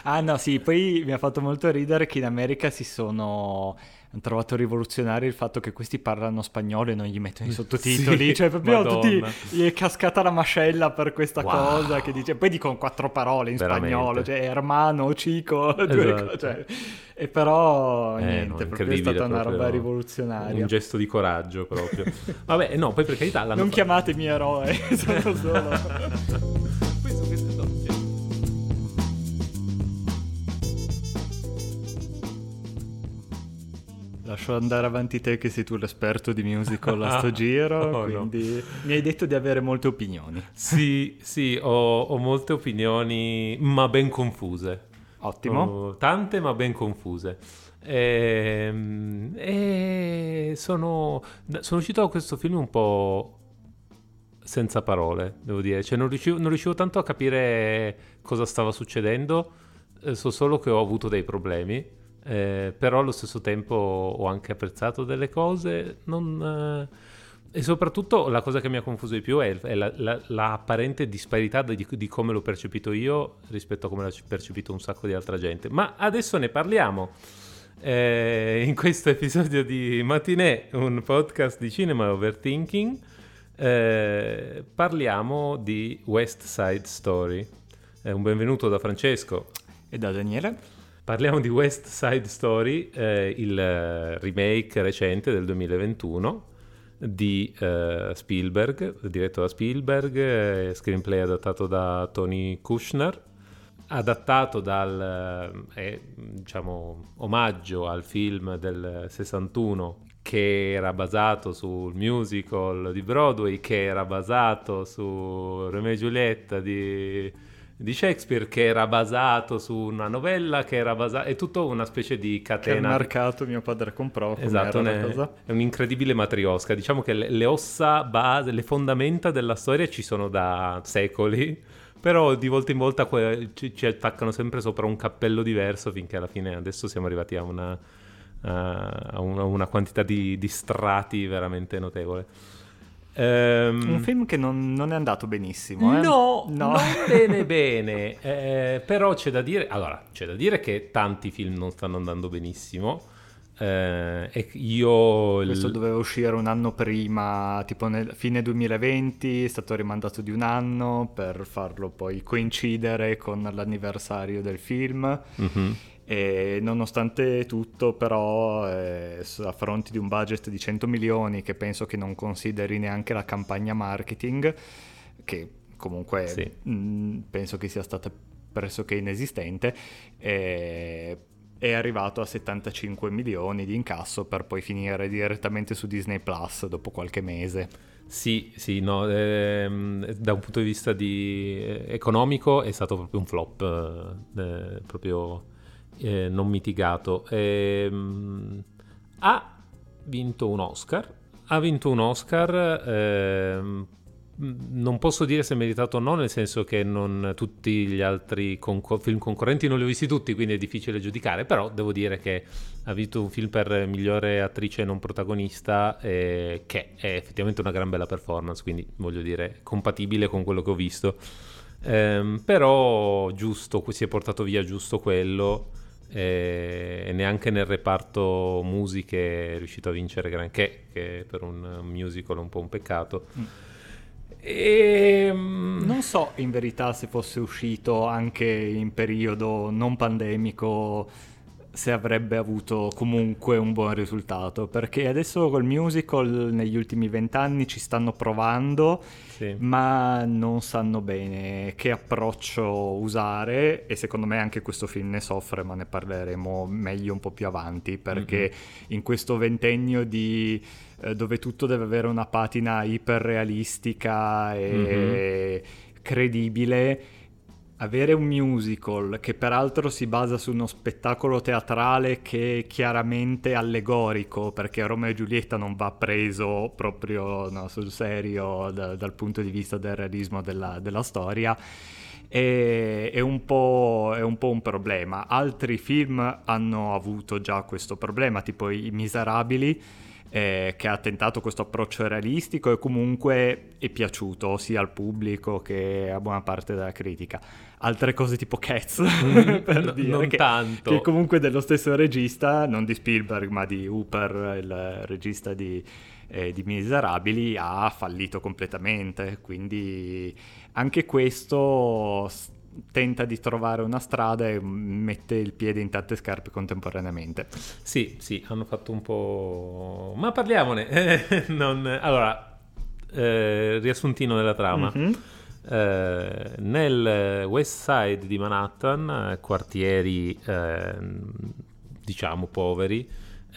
Ah no, sì, poi mi ha fatto molto ridere che in America hanno trovato rivoluzionario il fatto che questi parlano spagnolo e non gli mettono i sottotitoli, Sì, cioè proprio tutti Madonna. gli è cascata la mascella per questa cosa che Wow, dice, poi dicono quattro parole in spagnolo, veramente. cioè hermano, chico, due cose, Esatto. cioè, e però No, niente, proprio è incredibile, stata una roba proprio un rivoluzionaria. gesto di coraggio proprio. Vabbè, no, poi per carità l'hanno Non fatto. chiamatemi eroe, sono solo... Poi su queste note. Lascio andare avanti te che sei tu l'esperto di musical a sto giro, Oh no. quindi mi hai detto di avere molte opinioni. Sì, sì, ho molte opinioni, ma ben confuse. Ottimo. Tante, ma ben confuse. E sono uscito da questo film un po' senza parole, devo dire. Cioè, non riuscivo tanto a capire cosa stava succedendo. So solo che ho avuto dei problemi. Però allo stesso tempo ho anche apprezzato delle cose. E soprattutto la cosa che mi ha confuso di più è la apparente disparità di come l'ho percepito io rispetto a come l'ha percepito un sacco di altra gente. Ma adesso ne parliamo. In questo episodio di Matinee, un podcast di cinema e overthinking, parliamo di West Side Story. Un benvenuto da Francesco. E da Daniele? Parliamo di West Side Story, il remake recente del 2021 di Spielberg, diretto da Spielberg, screenplay adattato da Tony Kushner, adattato diciamo, omaggio al film del 61 che era basato sul musical di Broadway, che era basato su Romeo e Giulietta di Shakespeare, che era basato su una novella, che era basato... È tutto una specie di Che al catena... mercato mio padre comprò, Esatto, com'era la cosa? è un'incredibile matriosca. Diciamo che le ossa base, le fondamenta della storia ci sono da secoli, però di volta in volta ci attaccano sempre sopra un cappello diverso finché alla fine adesso siamo arrivati a una quantità di strati veramente notevole. Un film che non è andato benissimo, eh? No, No. non bene bene, però c'è da dire che tanti film non stanno andando benissimo, e io... Questo doveva uscire un anno prima, tipo nel fine 2020, è stato rimandato di un anno per farlo poi coincidere con l'anniversario del film. Mhm. E nonostante tutto, però, a fronte di un budget di 100 milioni, che penso che non consideri neanche la campagna marketing, che comunque Sì. penso che sia stata pressoché inesistente, è arrivato a 75 milioni di incasso per poi finire direttamente su Disney Plus dopo qualche mese. Sì, sì, no, da un punto di vista economico è stato proprio un flop, proprio non mitigato. Ha vinto un Oscar, non posso dire se è meritato o no, nel senso che non tutti gli altri film concorrenti non li ho visti tutti, quindi è difficile giudicare, però devo dire che ha vinto un film per migliore attrice non protagonista, che è effettivamente una gran bella performance, quindi voglio dire compatibile con quello che ho visto. Però giusto, si è portato via giusto quello, e neanche nel reparto musiche è riuscito a vincere granché, che per un musical è un po' un peccato. Non so in verità se fosse uscito anche in periodo non pandemico se avrebbe avuto comunque un buon risultato, perché adesso col musical negli ultimi 20 anni ci stanno provando, Sì. ma non sanno bene che approccio usare, e secondo me anche questo film ne soffre, ma ne parleremo meglio un po' più avanti, perché in questo ventennio dove tutto deve avere una patina iperrealistica e credibile, avere un musical che peraltro si basa su uno spettacolo teatrale che è chiaramente allegorico, perché Romeo e Giulietta non va preso proprio sul serio dal punto di vista del realismo della storia, è un po' un problema. Altri film hanno avuto già questo problema, tipo I Miserabili, che ha tentato questo approccio realistico e comunque è piaciuto sia al pubblico che a buona parte della critica. Altre cose tipo Cats, per dire, non tanto. che comunque dello stesso regista, non di Spielberg ma di Hooper, il regista di Miserabili, ha fallito completamente, quindi anche questo tenta di trovare una strada e mette il piede in tante scarpe contemporaneamente. Sì, hanno fatto un po'... Ma parliamone! Allora, riassuntino della trama. Mm-hmm. Nel West Side di Manhattan, quartieri diciamo poveri,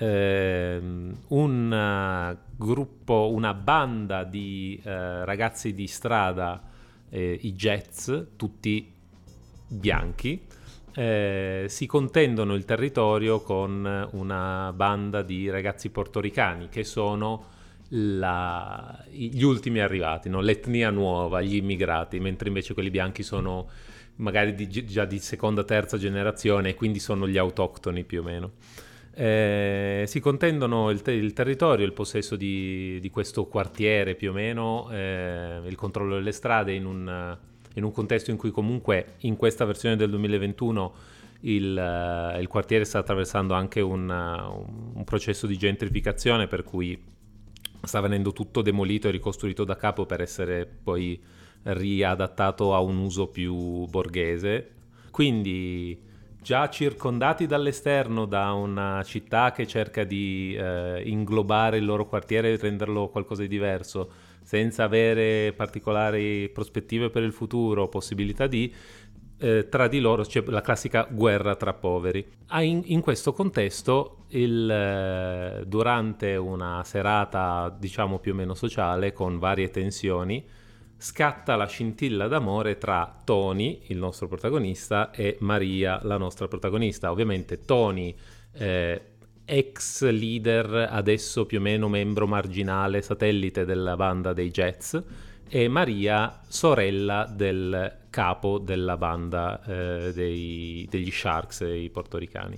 un gruppo, una banda di ragazzi di strada, i Jets, tutti bianchi, si contendono il territorio con una banda di ragazzi portoricani che sono gli ultimi arrivati, no? L'etnia nuova, gli immigrati, mentre invece quelli bianchi sono magari già di seconda, terza generazione e quindi sono gli autoctoni più o meno. Si contendono il territorio, il possesso di questo quartiere più o meno, il controllo delle strade in un contesto in cui comunque in questa versione del 2021 il quartiere sta attraversando anche un processo di gentrificazione, per cui sta venendo tutto demolito e ricostruito da capo per essere poi riadattato a un uso più borghese. Quindi già circondati dall'esterno da una città che cerca di inglobare il loro quartiere e renderlo qualcosa di diverso, senza avere particolari prospettive per il futuro, possibilità di tra di loro c'è la classica guerra tra poveri. In questo contesto, durante una serata diciamo più o meno sociale con varie tensioni, scatta la scintilla d'amore tra Tony, il nostro protagonista, e Maria, la nostra protagonista. Ovviamente Tony, ex leader, adesso più o meno membro marginale, satellite della banda dei Jets, e Maria, sorella del capo della banda degli Sharks, i portoricani.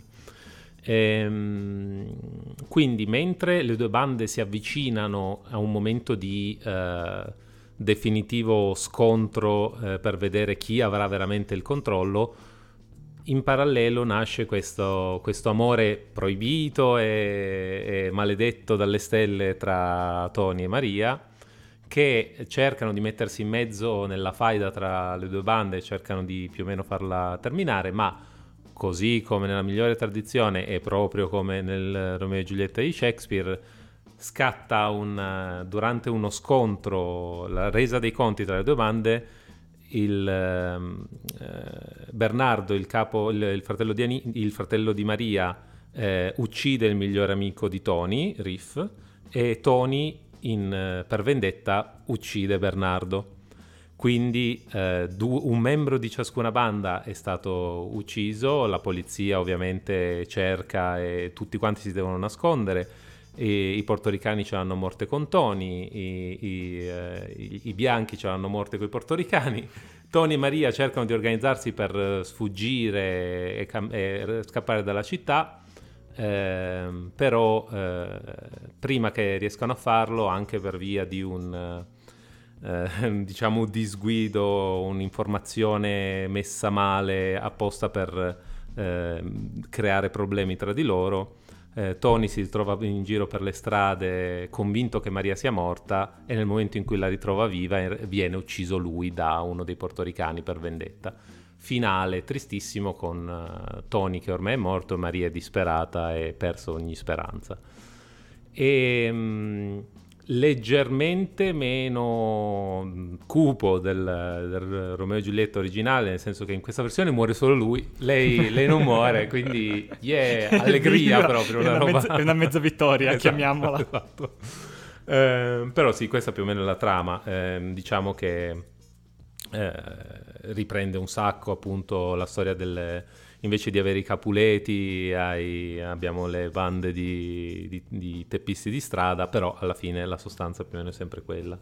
Quindi mentre le due bande si avvicinano a un momento di definitivo scontro per vedere chi avrà veramente il controllo, in parallelo nasce questo amore proibito e maledetto dalle stelle tra Tony e Maria, che cercano di mettersi in mezzo nella faida tra le due bande, cercano di più o meno farla terminare, ma così come nella migliore tradizione e proprio come nel Romeo e Giulietta di Shakespeare, scatta durante uno scontro, la resa dei conti tra le due bande, Bernardo, il fratello di Maria, uccide il migliore amico di Tony, Riff, e Tony per vendetta uccide Bernardo. Quindi un membro di ciascuna banda è stato ucciso, la polizia ovviamente cerca e tutti quanti si devono nascondere, i portoricani ce l'hanno morte con Tony, i bianchi ce l'hanno morte con i portoricani. Tony e Maria cercano di organizzarsi per sfuggire e scappare dalla città, però prima che riescano a farlo, anche per via di un diciamo disguido, un'informazione messa male apposta per creare problemi tra di loro, Tony si ritrova in giro per le strade convinto che Maria sia morta, e nel momento in cui la ritrova viva viene ucciso lui da uno dei portoricani per vendetta. Finale tristissimo con Tony che ormai è morto, Maria è disperata e perso ogni speranza. E leggermente meno cupo del Romeo e Giulietta originale, nel senso che in questa versione muore solo lui, lei non muore, quindi allegria proprio, è una mezza vittoria, esatto, chiamiamola. Esatto. Però sì, questa più o meno è la trama. Diciamo che riprende un sacco appunto la storia invece di avere i Capuleti abbiamo le bande di teppisti di strada, però alla fine la sostanza più o meno è sempre quella.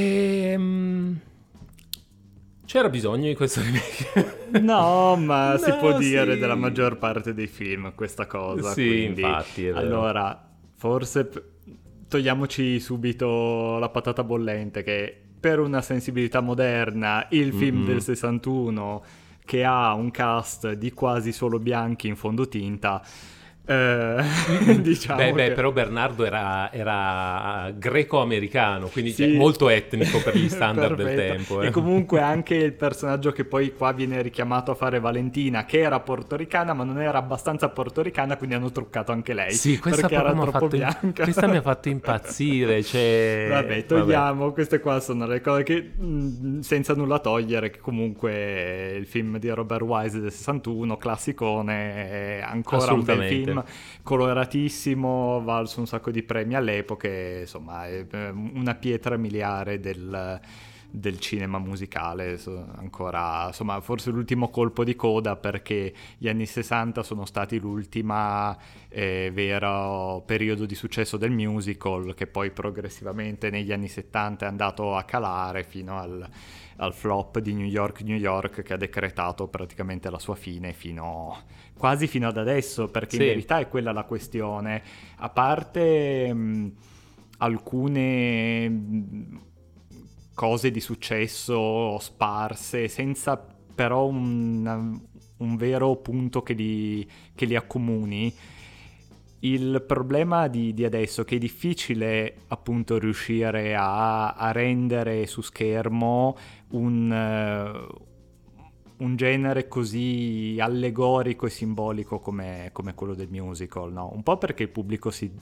C'era bisogno di questo remake? No, ma si può dire della maggior parte dei film questa cosa. Sì, quindi, infatti è vero. Allora, forse togliamoci subito la patata bollente, che per una sensibilità moderna il film del 61 che ha un cast di quasi solo bianchi in fondotinta, diciamo Beh, che... però Bernardo era greco-americano, quindi Sì, molto etnico per gli standard del perfetto. tempo. E comunque anche il personaggio che poi qua viene richiamato a fare Valentina, che era portoricana ma non era abbastanza portoricana, quindi hanno truccato anche lei, Sì, questa perché era proprio troppo bianca. questa mi ha fatto impazzire. Cioè... Vabbè, togliamo, queste qua sono le cose che, senza nulla togliere, che comunque il film di Robert Wise del 61, classicone, è ancora un bel film, coloratissimo, valso un sacco di premi all'epoca, e, insomma, è una pietra miliare del cinema musicale, ancora, insomma, forse l'ultimo colpo di coda, perché gli anni 60 sono stati l'ultima vero periodo di successo del musical, che poi progressivamente negli anni 70 è andato a calare fino al flop di New York, che ha decretato praticamente la sua fine quasi fino ad adesso, perché in verità è quella la questione. A parte alcune cose di successo sparse, senza però un vero punto che li accomuni. Il problema di adesso è che è difficile appunto riuscire a rendere su schermo un genere così allegorico e simbolico come quello del musical, no? Un po' perché il pubblico si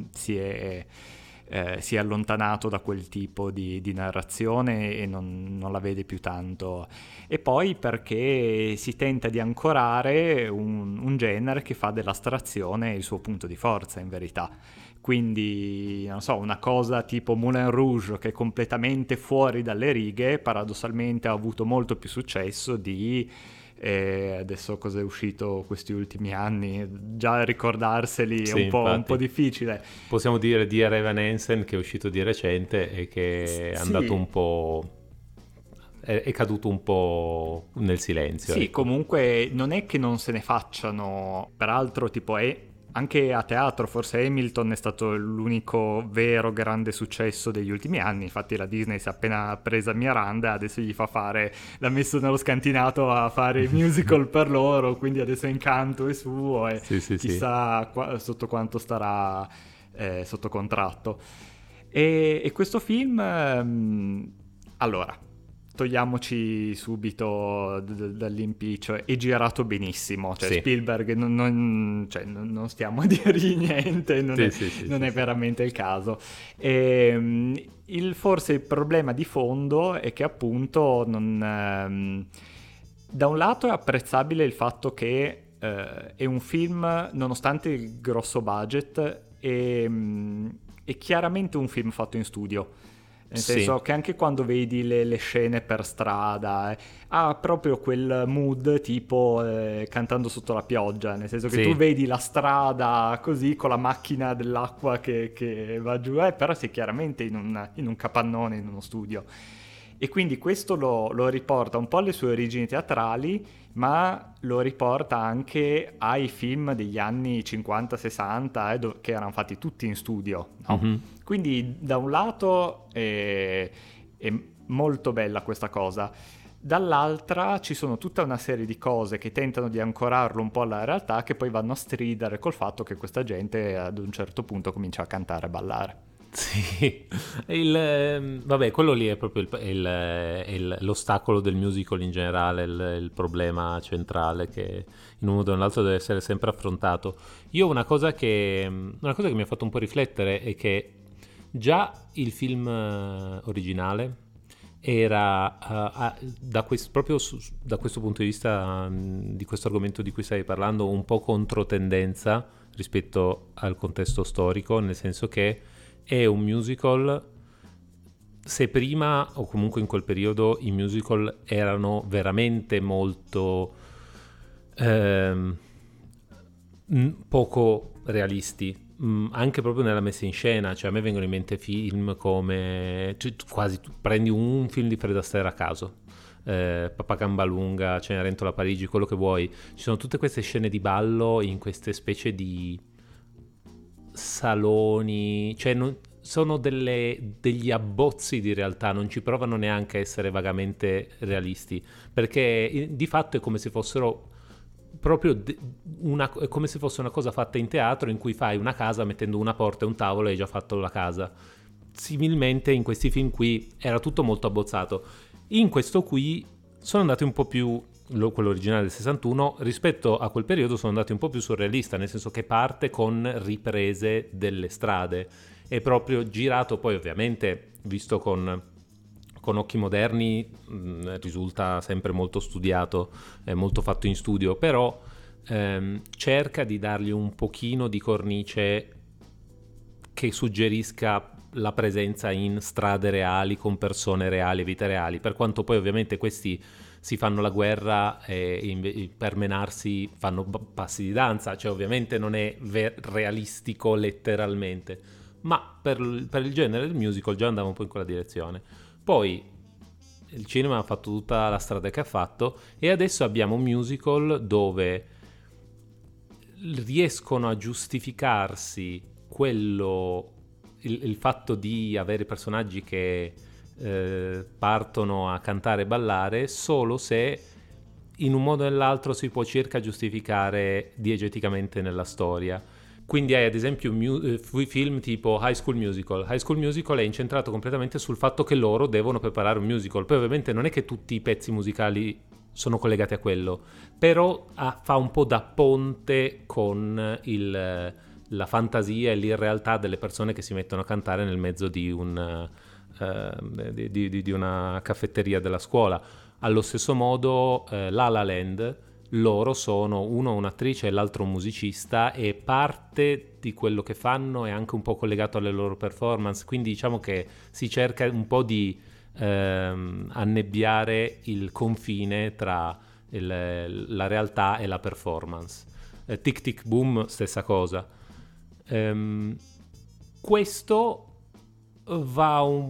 è allontanato da quel tipo di narrazione e non la vede più tanto, e poi perché si tenta di ancorare un genere che fa dell'astrazione il suo punto di forza in verità. Quindi, non so, una cosa tipo Moulin Rouge, che è completamente fuori dalle righe, paradossalmente ha avuto molto più successo di... adesso cosa è uscito questi ultimi anni? Già ricordarseli è un po' difficile. Possiamo dire Dear Evan Hansen, che è uscito di recente e che è andato un po'... è caduto un po' nel silenzio. Sì, ecco. comunque non è che non se ne facciano, peraltro tipo anche a teatro forse Hamilton è stato l'unico vero grande successo degli ultimi anni, infatti la Disney si è appena presa Miranda, adesso gli l'ha messo nello scantinato a fare il musical per loro, quindi adesso Encanto è suo e chissà sotto quanto starà sotto contratto. E questo film, allora... togliamoci subito dall'impiccio, è girato benissimo, cioè Spielberg non stiamo a dirgli niente, non è veramente il caso. Forse il problema di fondo è che appunto da un lato è apprezzabile il fatto che è un film, nonostante il grosso budget, è chiaramente un film fatto in studio. Nel senso che anche quando vedi le scene per strada ha proprio quel mood tipo Cantando sotto la pioggia, nel senso che tu vedi la strada così con la macchina dell'acqua che va giù, però sei chiaramente in un capannone, in uno studio. E quindi questo lo riporta un po' alle sue origini teatrali, ma lo riporta anche ai film degli anni 50-60 che erano fatti tutti in studio, no? Mm-hmm. Quindi da un lato è molto bella questa cosa, dall'altra ci sono tutta una serie di cose che tentano di ancorarlo un po' alla realtà, che poi vanno a stridere col fatto che questa gente ad un certo punto comincia a cantare e ballare. Sì, vabbè, quello lì è proprio l'ostacolo del musical in generale, il problema centrale che in un modo o nell'altro deve essere sempre affrontato. Io una cosa che mi ha fatto un po' riflettere è che già il film originale era proprio da questo punto di vista, di questo argomento di cui stavi parlando, un po' controtendenza rispetto al contesto storico, nel senso che è un musical. Se prima o comunque in quel periodo i musical erano veramente molto poco realisti, anche proprio nella messa in scena, cioè a me vengono in mente film come quasi tu prendi un film di Fred Astaire a caso, Papagambalunga, Cenerentola a Parigi, quello che vuoi, ci sono tutte queste scene di ballo in queste specie di saloni, cioè sono degli abbozzi di realtà, non ci provano neanche a essere vagamente realisti, perché di fatto è come se fossero proprio è come se fosse una cosa fatta in teatro in cui fai una casa mettendo una porta e un tavolo e hai già fatto la casa. Similmente in questi film qui era tutto molto abbozzato. In questo qui sono andati un po' più, quello originale del 61, rispetto a quel periodo sono andati un po' più surrealista, nel senso che parte con riprese delle strade. È proprio girato, poi ovviamente visto con occhi moderni risulta sempre molto studiato, molto fatto in studio, però cerca di dargli un pochino di cornice che suggerisca la presenza in strade reali, con persone reali e vite reali, per quanto poi ovviamente questi si fanno la guerra e per menarsi fanno passi di danza, cioè ovviamente non è realistico letteralmente, ma per il genere del musical già andava un po' in quella direzione. Poi il cinema ha fatto tutta la strada che ha fatto e adesso abbiamo un musical dove riescono a giustificarsi il fatto di avere personaggi che partono a cantare e ballare solo se in un modo o nell'altro si può circa giustificare diegeticamente nella storia. Quindi hai ad esempio film tipo High School Musical. High School Musical è incentrato completamente sul fatto che loro devono preparare un musical. Poi ovviamente non è che tutti i pezzi musicali sono collegati a quello, però fa un po' da ponte con la fantasia e l'irrealtà delle persone che si mettono a cantare nel mezzo di una caffetteria della scuola. Allo stesso modo La La Land, loro sono uno un'attrice e l'altro un musicista e parte di quello che fanno è anche un po' collegato alle loro performance, quindi diciamo che si cerca un po' di annebbiare il confine tra la realtà e la performance. Tic Tic Boom, stessa cosa. Questo va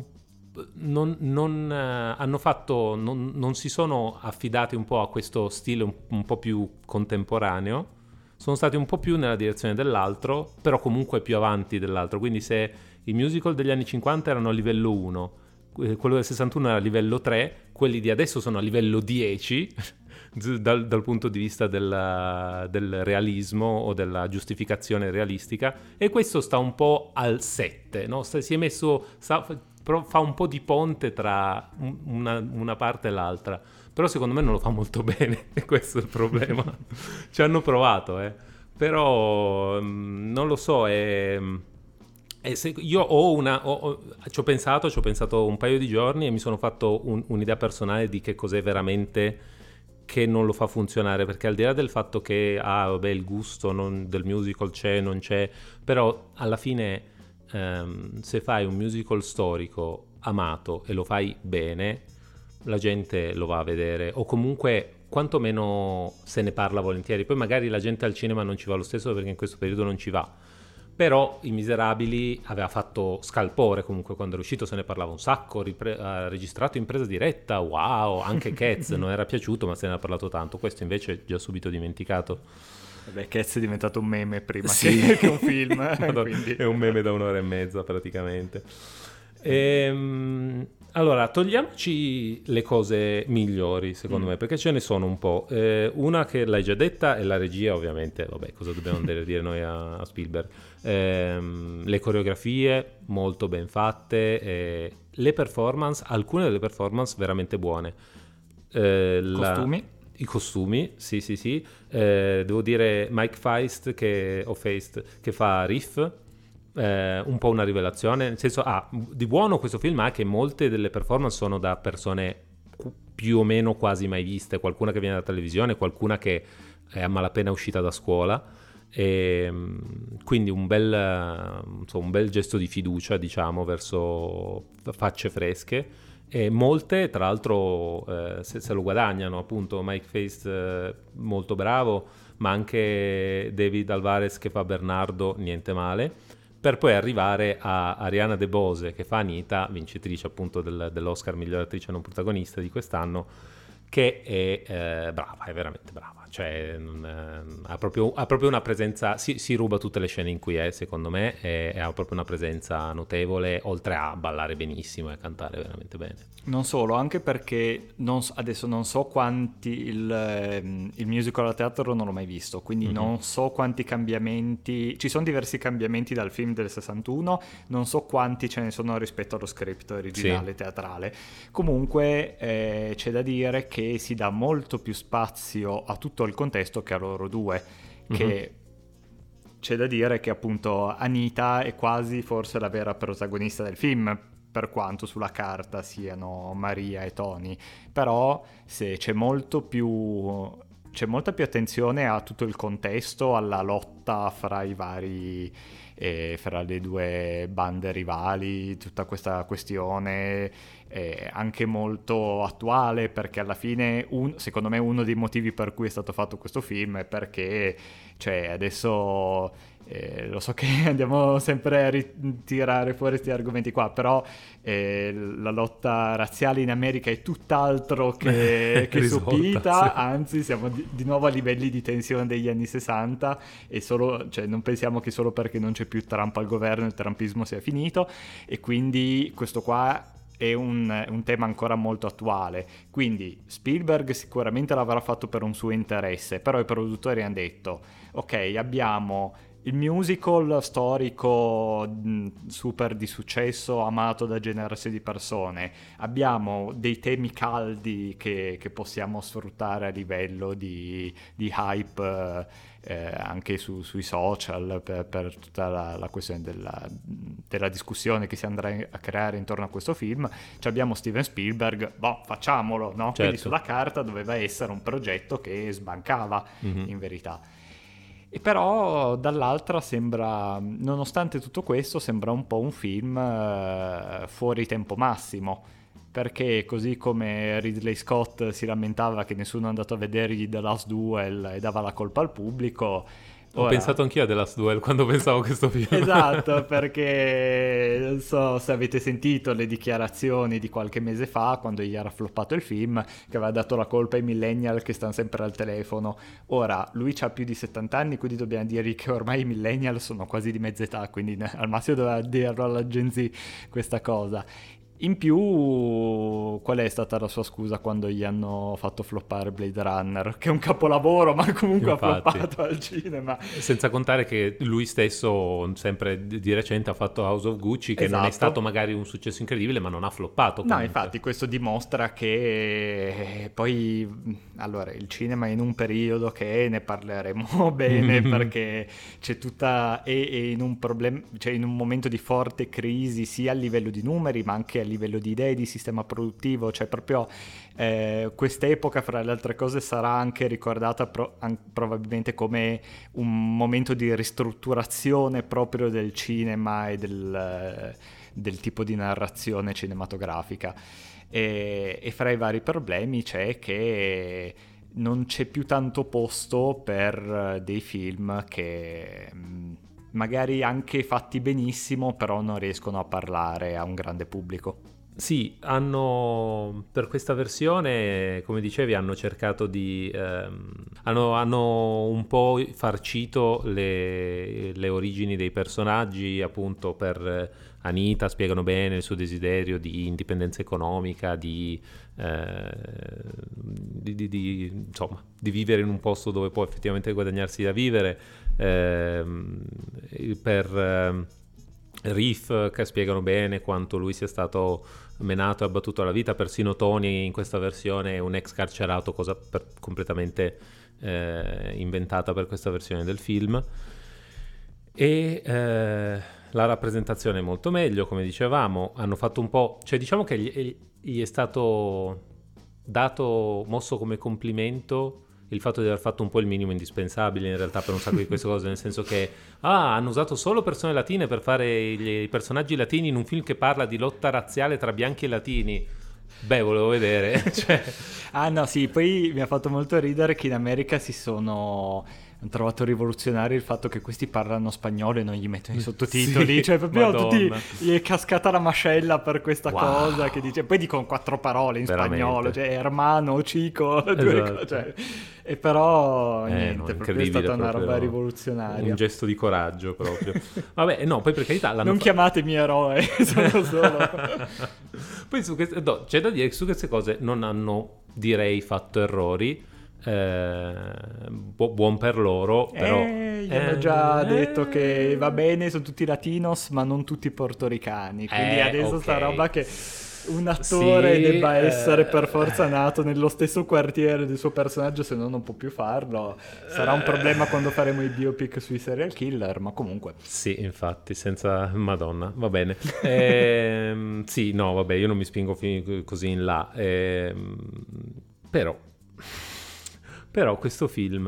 hanno fatto, non si sono affidati un po' a questo stile un po' più contemporaneo, sono stati un po' più nella direzione dell'altro, però comunque più avanti dell'altro. Quindi se i musical degli anni 50 erano a livello 1, quello del 61 era a livello 3, quelli di adesso sono a livello 10 dal punto di vista del realismo o della giustificazione realistica, e questo sta un po' al 7, no? Si è messo, fa un po' di ponte tra una parte e l'altra, però secondo me non lo fa molto bene e questo è il problema. Ci hanno provato, però non lo so, io ci ho pensato un paio di giorni e mi sono fatto un'idea personale di che cos'è veramente che non lo fa funzionare, perché al di là del fatto che vabbè, il gusto del musical c'è, non c'è, però alla fine se fai un musical storico amato e lo fai bene, la gente lo va a vedere, o comunque quantomeno se ne parla volentieri. Poi magari la gente al cinema non ci va lo stesso perché in questo periodo non ci va, però I Miserabili aveva fatto scalpore comunque quando è uscito, se ne parlava un sacco, ha registrato in presa diretta, wow, anche Cats non era piaciuto ma se ne ha parlato tanto, questo invece già subito dimenticato. Vabbè, Cats è diventato un meme prima che un film. Quindi. È un meme da 1 ora e mezza praticamente. Allora, togliamoci le cose migliori, secondo me, perché ce ne sono un po'. Una che l'hai già detta è la regia, ovviamente. Vabbè, cosa dobbiamo andare a dire noi a Spielberg? Le coreografie molto ben fatte, le performance, alcune delle performance veramente buone. Costumi? I costumi, sì. Devo dire Mike Feist che fa Riff, un po' una rivelazione, nel senso, di buono questo film ha che molte delle performance sono da persone più o meno quasi mai viste, qualcuna che viene da televisione, qualcuna che è a malapena uscita da scuola, e quindi un bel gesto di fiducia, diciamo, verso facce fresche, e molte tra l'altro se lo guadagnano, appunto Mike Feist molto bravo, ma anche David Alvarez che fa Bernardo, niente male, per poi arrivare a Ariana DeBose che fa Anita, vincitrice appunto dell'Oscar miglior attrice non protagonista di quest'anno, che è brava, è veramente brava, cioè ha proprio una presenza, si ruba tutte le scene in cui è, secondo me, e ha proprio una presenza notevole, oltre a ballare benissimo e a cantare veramente bene. Non solo, anche perché adesso non so quanti il musical a teatro non l'ho mai visto, quindi non so quanti cambiamenti, ci sono diversi cambiamenti dal film del 61, non so quanti ce ne sono rispetto allo script originale teatrale. Comunque c'è da dire che si dà molto più spazio a tutto il contesto che a loro due, che c'è da dire che appunto Anita è quasi forse la vera protagonista del film, per quanto sulla carta siano Maria e Tony, però se c'è molta più attenzione a tutto il contesto, alla lotta fra i vari fra le due bande rivali, tutta questa questione è anche molto attuale, perché alla fine secondo me uno dei motivi per cui è stato fatto questo film è perché cioè adesso lo so che andiamo sempre a ritirare fuori questi argomenti qua, però la lotta razziale in America è tutt'altro che sopita, sì. Anzi siamo di nuovo a livelli di tensione degli anni 60 e cioè, non pensiamo che solo perché non c'è più Trump al governo il trumpismo sia finito, e quindi questo qua è un tema ancora molto attuale. Quindi Spielberg sicuramente l'avrà fatto per un suo interesse, però i produttori hanno detto ok, abbiamo il musical storico super di successo, amato da generazioni di persone, abbiamo dei temi caldi che possiamo sfruttare a livello di hype anche sui social per tutta la questione della discussione che si andrà a creare intorno a questo film. Abbiamo Steven Spielberg, facciamolo, no? Certo. Quindi sulla carta doveva essere un progetto che sbancava in verità. E però dall'altra sembra, nonostante tutto questo, sembra un po' un film fuori tempo massimo, perché così come Ridley Scott si lamentava che nessuno è andato a vedergli The Last Duel e dava la colpa al pubblico, ho pensato anch'io a The Last Duel quando pensavo a questo film. Esatto, perché non so se avete sentito le dichiarazioni di qualche mese fa, quando gli era floppato il film, che aveva dato la colpa ai millennial che stanno sempre al telefono. Ora, lui ha più di 70 anni, quindi dobbiamo dirgli che ormai i millennial sono quasi di mezza età, quindi al massimo doveva dirlo alla Gen Z questa cosa. In più, qual è stata la sua scusa quando gli hanno fatto floppare Blade Runner? Che è un capolavoro, ma comunque infatti, ha floppato al cinema. Senza contare che lui stesso, sempre di recente, ha fatto House of Gucci, che non è stato magari un successo incredibile, ma non ha floppato comunque. No, infatti, questo dimostra che poi, allora, il cinema è in un periodo che ne parleremo bene, perché c'è tutta, è in un problema, cioè in un momento di forte crisi, sia a livello di numeri, ma anche a livello di idee, di sistema produttivo, cioè proprio quest'epoca, fra le altre cose, sarà anche ricordata probabilmente come un momento di ristrutturazione proprio del cinema e del tipo di narrazione cinematografica. E fra i vari problemi c'è che non c'è più tanto posto per dei film che magari anche fatti benissimo, però non riescono a parlare a un grande pubblico. Sì, per questa versione, come dicevi, hanno cercato di hanno un po' farcito le origini dei personaggi. Appunto, per Anita spiegano bene il suo desiderio di indipendenza economica, di vivere in un posto dove può effettivamente guadagnarsi da vivere. Per Riff, che spiegano bene quanto lui sia stato menato e abbattuto alla vita. Persino Tony in questa versione è un ex carcerato, cosa completamente inventata per questa versione del film. E la rappresentazione è molto meglio, come dicevamo. Hanno fatto un po', cioè diciamo che gli è stato mosso come complimento il fatto di aver fatto un po' il minimo indispensabile in realtà per un sacco di queste cose, nel senso che hanno usato solo persone latine per fare i personaggi latini in un film che parla di lotta razziale tra bianchi e latini. Volevo vedere. No, sì, poi mi ha fatto molto ridere che in America si sono Hanno trovato rivoluzionario il fatto che questi parlano spagnolo e non gli mettono i sottotitoli, Sì, cioè proprio tutti Madonna. gli è cascata la mascella per questa Wow. cosa che dice, poi dicono 4 parole in Veramente. spagnolo, cioè hermano, chico, due Esatto. cose, cioè, e però No, niente, proprio è incredibile, stata una proprio roba rivoluzionaria. un gesto di coraggio proprio. Vabbè, no, poi per carità l'hanno Non chiamatemi eroe, sono solo... Poi no, c'è da dire che su queste cose non hanno, direi, fatto errori. Buon per loro, però Gli hanno già detto che va bene, sono tutti latinos, ma non tutti portoricani. Quindi adesso ok. sta roba che un attore Sì, debba essere per forza nato nello stesso quartiere del suo personaggio, se no non può più farlo. Sarà un problema quando faremo i biopic sui serial killer, ma comunque. sì, infatti, senza Madonna, va bene. Sì, no, vabbè, io non mi spingo così in là. Però questo film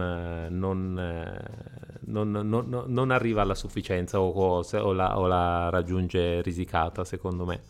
non arriva alla sufficienza o la raggiunge risicata, secondo me.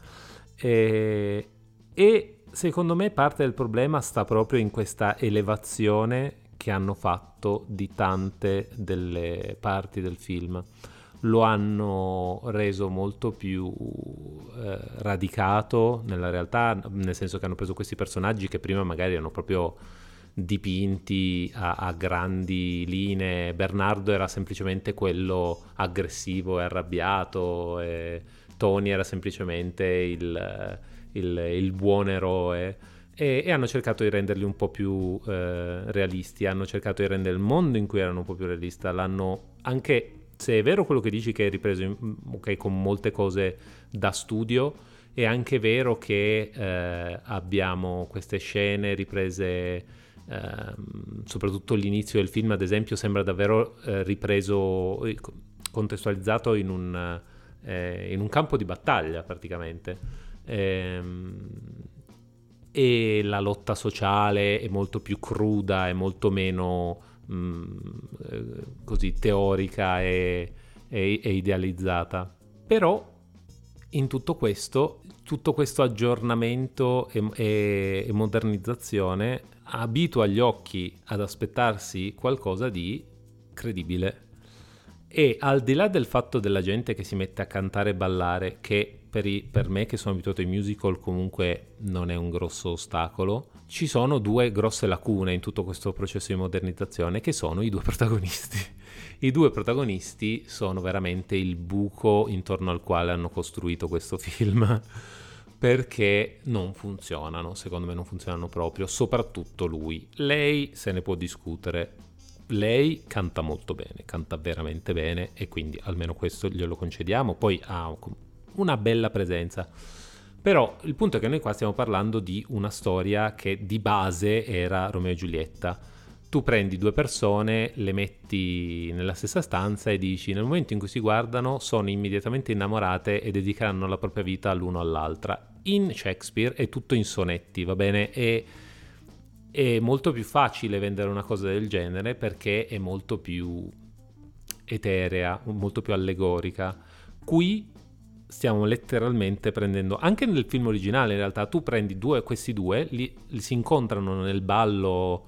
E secondo me parte del problema sta proprio in questa elevazione che hanno fatto di tante delle parti del film. Lo hanno reso molto più radicato nella realtà, nel senso che hanno preso questi personaggi che prima magari erano proprio dipinti a grandi linee. Bernardo era semplicemente quello aggressivo e arrabbiato, e Tony era semplicemente il buon eroe, e hanno cercato di renderli un po' più realisti, hanno cercato di rendere il mondo in cui erano un po' più realista. L'hanno, anche se è vero quello che dici che è ripreso ok, con molte cose da studio, è anche vero che abbiamo queste scene riprese, soprattutto l'inizio del film ad esempio sembra davvero ripreso, contestualizzato in un campo di battaglia praticamente, e la lotta sociale è molto più cruda, è molto meno così teorica e idealizzata. Però in tutto questo aggiornamento e modernizzazione abitua gli occhi ad aspettarsi qualcosa di credibile. E al di là del fatto della gente che si mette a cantare e ballare, che per me che sono abituato ai musical comunque non è un grosso ostacolo, ci sono due grosse lacune in tutto questo processo di modernizzazione, che sono i due protagonisti. I due protagonisti sono veramente il buco intorno al quale hanno costruito questo film, perché non funzionano, secondo me non funzionano proprio, soprattutto lui. Lei se ne può discutere. Lei canta molto bene, canta veramente bene, e quindi almeno questo glielo concediamo. Poi ha una bella presenza. Però il punto è che noi qua stiamo parlando di una storia che di base era Romeo e Giulietta. Tu prendi due persone, le metti nella stessa stanza e dici nel momento in cui si guardano sono immediatamente innamorate e dedicheranno la propria vita l'uno all'altra. In Shakespeare è tutto in sonetti, va bene? È molto più facile vendere una cosa del genere perché è molto più eterea, molto più allegorica. Qui stiamo letteralmente prendendo, anche nel film originale in realtà, tu prendi questi due, li si incontrano nel ballo,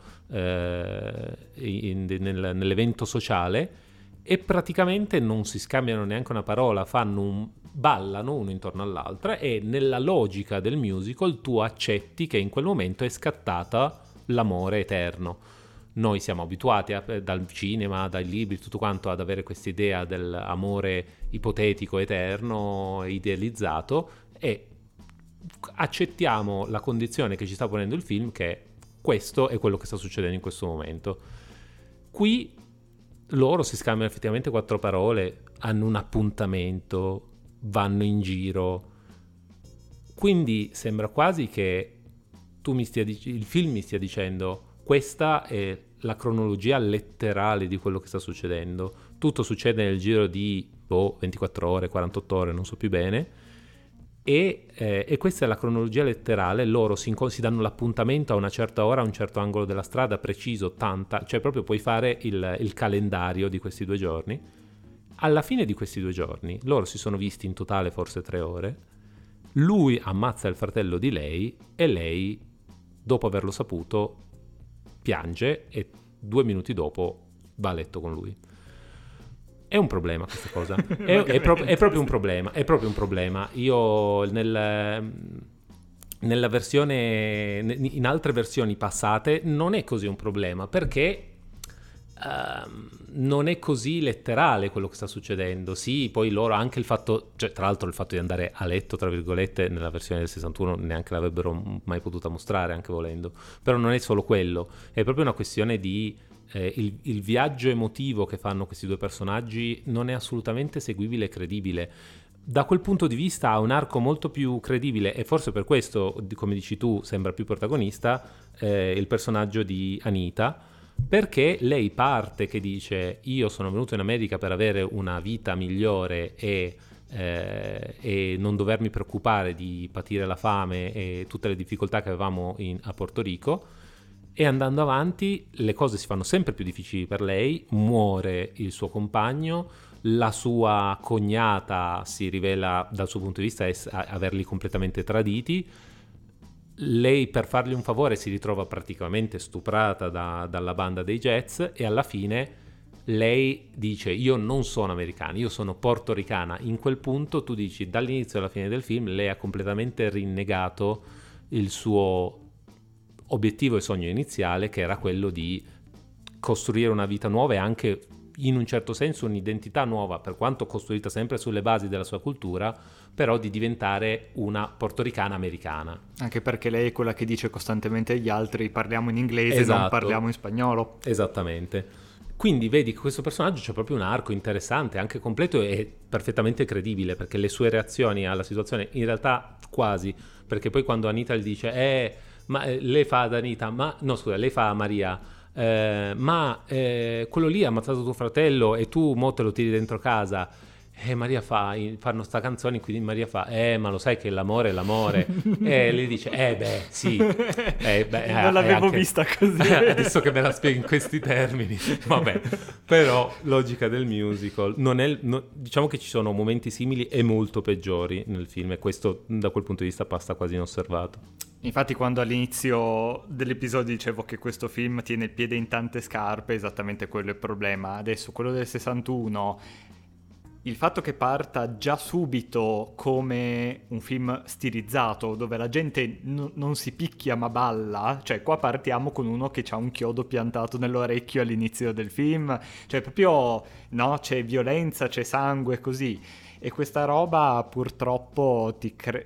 nell'evento sociale, e praticamente non si scambiano neanche una parola, ballano uno intorno all'altra, e nella logica del musical tu accetti che in quel momento è scattata l'amore eterno. Noi siamo abituati dal cinema, dai libri, tutto quanto, ad avere questa idea dell'amore ipotetico, eterno, idealizzato, e accettiamo la condizione che ci sta ponendo il film, che questo è quello che sta succedendo in questo momento. Qui loro si scambiano effettivamente 4 parole, hanno un appuntamento, vanno in giro, quindi sembra quasi che il film mi stia dicendo: questa è la cronologia letterale di quello che sta succedendo, tutto succede nel giro di 24 ore, 48 ore, non so più bene, e questa è la cronologia letterale. Loro si danno l'appuntamento a una certa ora, a un certo angolo della strada preciso, cioè proprio puoi fare il calendario di questi 2 giorni. Alla fine di questi 2 giorni loro si sono visti in totale forse 3 ore, lui ammazza il fratello di lei e lei, dopo averlo saputo, piange, e 2 minuti dopo va a letto con lui. È un problema questa cosa, è proprio un problema, è proprio un problema. Io nella versione, in altre versioni passate non è così un problema, perché non è così letterale quello che sta succedendo. Sì, poi loro anche il fatto, cioè tra l'altro il fatto di andare a letto tra virgolette nella versione del 61 neanche l'avrebbero mai potuta mostrare anche volendo, però non è solo quello, è proprio una questione di il viaggio emotivo che fanno questi due personaggi non è assolutamente seguibile e credibile. Da quel punto di vista ha un arco molto più credibile, e forse per questo, come dici tu, sembra più protagonista il personaggio di Anita, perché lei parte che dice: io sono venuto in America per avere una vita migliore e non dovermi preoccupare di patire la fame e tutte le difficoltà che avevamo a Porto Rico. E andando avanti le cose si fanno sempre più difficili per lei, muore il suo compagno, la sua cognata si rivela dal suo punto di vista averli completamente traditi, lei per fargli un favore si ritrova praticamente stuprata dalla banda dei Jets, e alla fine lei dice: io non sono americana, io sono portoricana. In quel punto tu dici, dall'inizio alla fine del film lei ha completamente rinnegato il suo obiettivo e sogno iniziale, che era quello di costruire una vita nuova e anche in un certo senso un'identità nuova, per quanto costruita sempre sulle basi della sua cultura, però di diventare una portoricana americana. Anche perché lei è quella che dice costantemente agli altri: parliamo in inglese, esatto, non parliamo in spagnolo. Esattamente. Quindi vedi che questo personaggio c'è proprio un arco interessante, anche completo e perfettamente credibile, perché le sue reazioni alla situazione, in realtà quasi, perché poi quando Anita gli dice lei fa ad Anita, lei fa a Maria, quello lì ha ammazzato tuo fratello e tu mo te lo tiri dentro casa. Maria fanno sta canzone, quindi Maria fa: ma lo sai che l'amore è l'amore. E lei dice: sì. Non l'avevo anche vista così. Adesso che me la spieghi in questi termini, vabbè. Però logica del musical, diciamo che ci sono momenti simili e molto peggiori nel film, e questo da quel punto di vista passa quasi inosservato. Infatti, quando all'inizio dell'episodio dicevo che questo film tiene il piede in tante scarpe, esattamente quello è il problema. Adesso quello del 61, il fatto che parta già subito come un film stilizzato, dove la gente non si picchia ma balla, cioè qua partiamo con uno che ha un chiodo piantato nell'orecchio all'inizio del film, cioè proprio, no, c'è violenza, c'è sangue, così. E questa roba purtroppo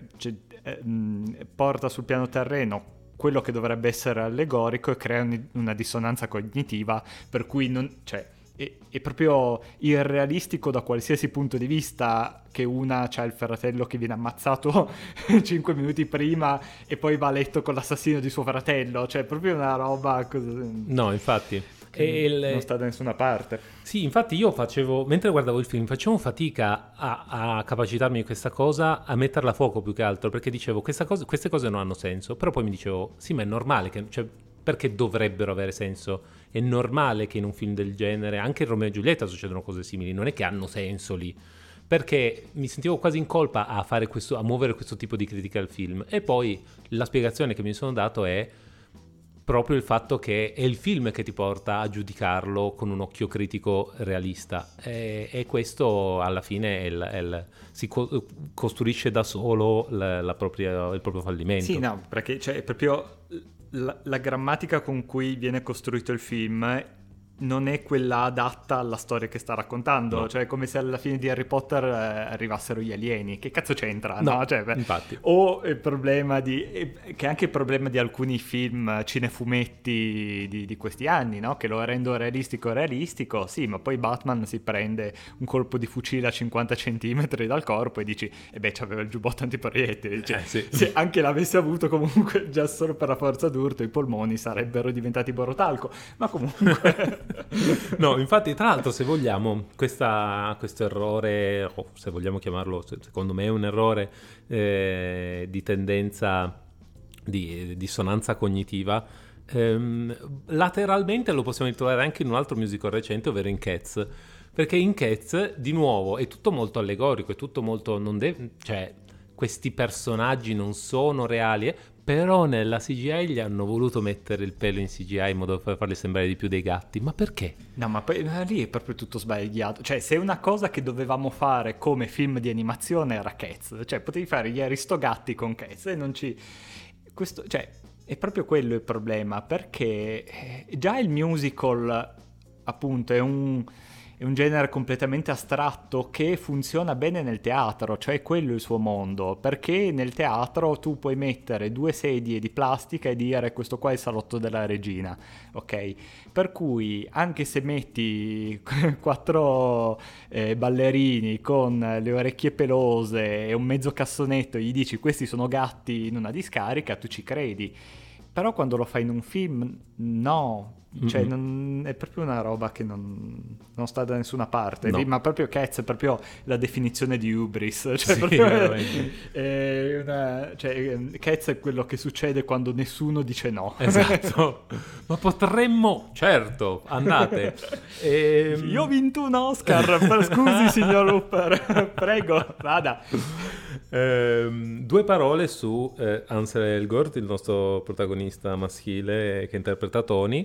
porta sul piano terreno quello che dovrebbe essere allegorico e crea una dissonanza cognitiva, per cui è proprio irrealistico da qualsiasi punto di vista che una c'ha il fratello che viene ammazzato 5 minuti prima e poi va a letto con l'assassino di suo fratello, cioè proprio una roba così. No, infatti non sta da nessuna parte. Sì, infatti io mentre guardavo il film facevo fatica a capacitarmi di questa cosa, a metterla a fuoco più che altro, perché dicevo queste cose non hanno senso, però poi mi dicevo sì, ma è normale perché dovrebbero avere senso? È normale che in un film del genere, anche in Romeo e Giulietta succedono cose simili, non è che hanno senso lì, perché mi sentivo quasi in colpa a muovere questo tipo di critica al film. E poi la spiegazione che mi sono dato è proprio il fatto che è il film che ti porta a giudicarlo con un occhio critico realista, e questo alla fine si costruisce da solo il proprio fallimento. Sì, no, perché è proprio la grammatica con cui viene costruito il film non è quella adatta alla storia che sta raccontando, no. Cioè è come se alla fine di Harry Potter arrivassero gli alieni, che cazzo c'entra? No? Cioè, infatti. O il problema che è anche il problema di alcuni film cinefumetti di questi anni, no? Che lo rendo realistico, sì, ma poi Batman si prende un colpo di fucile a 50 centimetri dal corpo e dici c'aveva il giubbotto antiproiettili, cioè, sì. Se anche l'avesse avuto comunque già solo per la forza d'urto i polmoni sarebbero diventati borotalco, ma comunque No, infatti, tra l'altro, se vogliamo, questo errore, o se vogliamo chiamarlo, secondo me è un errore di tendenza di dissonanza cognitiva, lateralmente lo possiamo ritrovare anche in un altro musical recente, ovvero in Cats, perché in Cats di nuovo è tutto molto allegorico, è tutto molto questi personaggi non sono reali, però nella CGI gli hanno voluto mettere il pelo in CGI in modo da farli sembrare di più dei gatti. Ma perché? No, ma poi lì è proprio tutto sbagliato. Cioè, se una cosa che dovevamo fare come film di animazione era Cats, cioè potevi fare gli Aristogatti con Cats e non ci... Questo, cioè, è proprio quello il problema, perché già il musical, appunto, è un genere completamente astratto che funziona bene nel teatro, cioè quello è il suo mondo, perché nel teatro tu puoi mettere 2 sedie di plastica e dire questo qua è il salotto della regina, ok? Per cui anche se metti 4 ballerini con le orecchie pelose e un mezzo cassonetto e gli dici questi sono gatti in una discarica, tu ci credi. Però quando lo fai in un film, no, cioè è proprio una roba che non sta da nessuna parte, No. ma proprio Cats è proprio la definizione di hubris, cioè Sì, proprio veramente. Cats è quello che succede quando nessuno dice no. Esatto. Ma potremmo, certo, andate. Io ho vinto un Oscar, scusi signor Hooper, prego, vada. 2 parole su Ansel Elgort, il nostro protagonista maschile che interpreta Tony.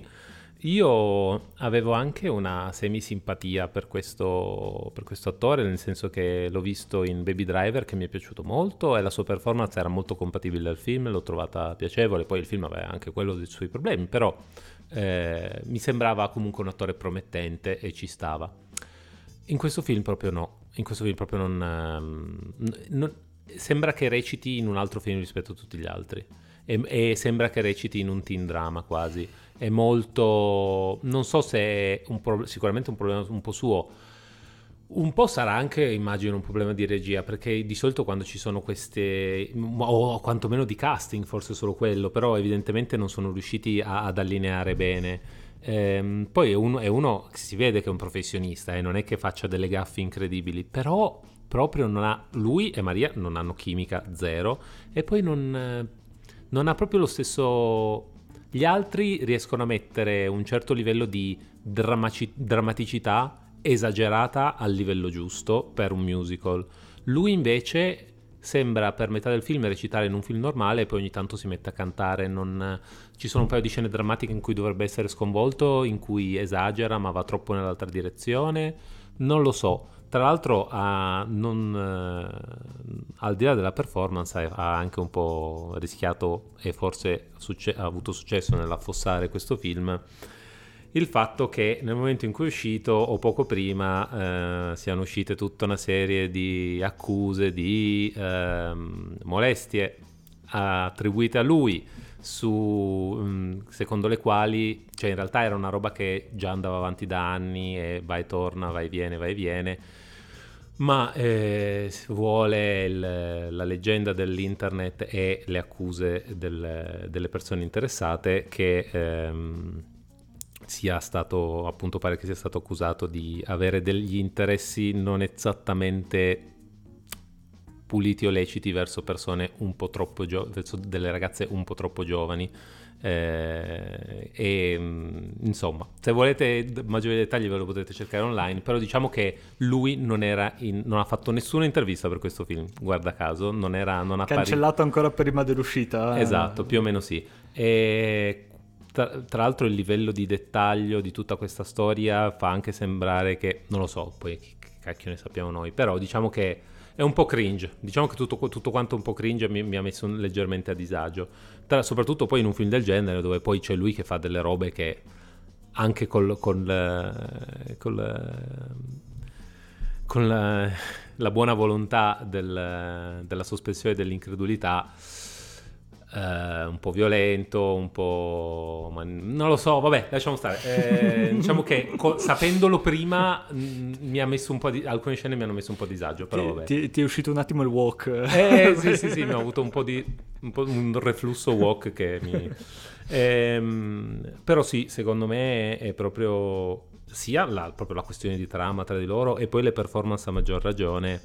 Io avevo anche una semi-simpatia per questo attore, nel senso che l'ho visto in Baby Driver, che mi è piaciuto molto, e la sua performance era molto compatibile al film, l'ho trovata piacevole. Poi il film aveva anche quello dei suoi problemi, però mi sembrava comunque un attore promettente e ci stava. In questo film proprio no, in questo film proprio non sembra che reciti in un altro film rispetto a tutti gli altri, e sembra che reciti in un teen drama quasi. È molto, non so se è sicuramente un problema un po' suo, un po' sarà anche, immagino, un problema di regia, perché di solito quando ci sono queste, o quantomeno di casting, forse solo quello, però evidentemente non sono riusciti ad allineare bene. Poi è uno che si vede che è un professionista e non è che faccia delle gaffe incredibili, però proprio lui e Maria non hanno chimica, zero, e poi non ha proprio lo stesso. Gli altri riescono a mettere un certo livello di drammaticità esagerata al livello giusto per un musical. Lui invece sembra per metà del film recitare in un film normale e poi ogni tanto si mette a cantare. Ci sono un paio di scene drammatiche in cui dovrebbe essere sconvolto, in cui esagera ma va troppo nell'altra direzione. Non lo so. Tra l'altro al di là della performance ha anche un po' rischiato, e forse ha avuto successo nell'affossare questo film, il fatto che nel momento in cui è uscito o poco prima siano uscite tutta una serie di accuse di molestie attribuite a lui, secondo le quali, cioè in realtà era una roba che già andava avanti da anni e va e torna, va e viene, ma vuole la leggenda dell'internet e le accuse delle persone interessate che sia stato, appunto, pare che sia stato accusato di avere degli interessi non esattamente puliti o leciti verso persone un po' troppo verso delle ragazze un po' troppo giovani, insomma, se volete maggiori dettagli ve lo potete cercare online, però diciamo che lui non ha fatto nessuna intervista per questo film, guarda caso, non ha cancellato ancora prima dell'uscita. Esatto, più o meno sì. E tra l'altro il livello di dettaglio di tutta questa storia fa anche sembrare che, non lo so, poi che cacchio ne sappiamo noi, però diciamo che è un po' cringe, diciamo che tutto quanto un po' cringe mi ha messo leggermente a disagio, soprattutto poi in un film del genere dove poi c'è lui che fa delle robe che anche con la buona volontà della sospensione dell'incredulità, un po' violento, un po', ma non lo so, vabbè, lasciamo stare. Diciamo che sapendolo prima mi ha messo un po' alcune scene mi hanno messo un po' a disagio, però vabbè. Ti è uscito un attimo il walk. Sì, mi ha avuto un reflusso walk che però sì, secondo me è proprio sia proprio la questione di trama tra di loro, e poi le performance a maggior ragione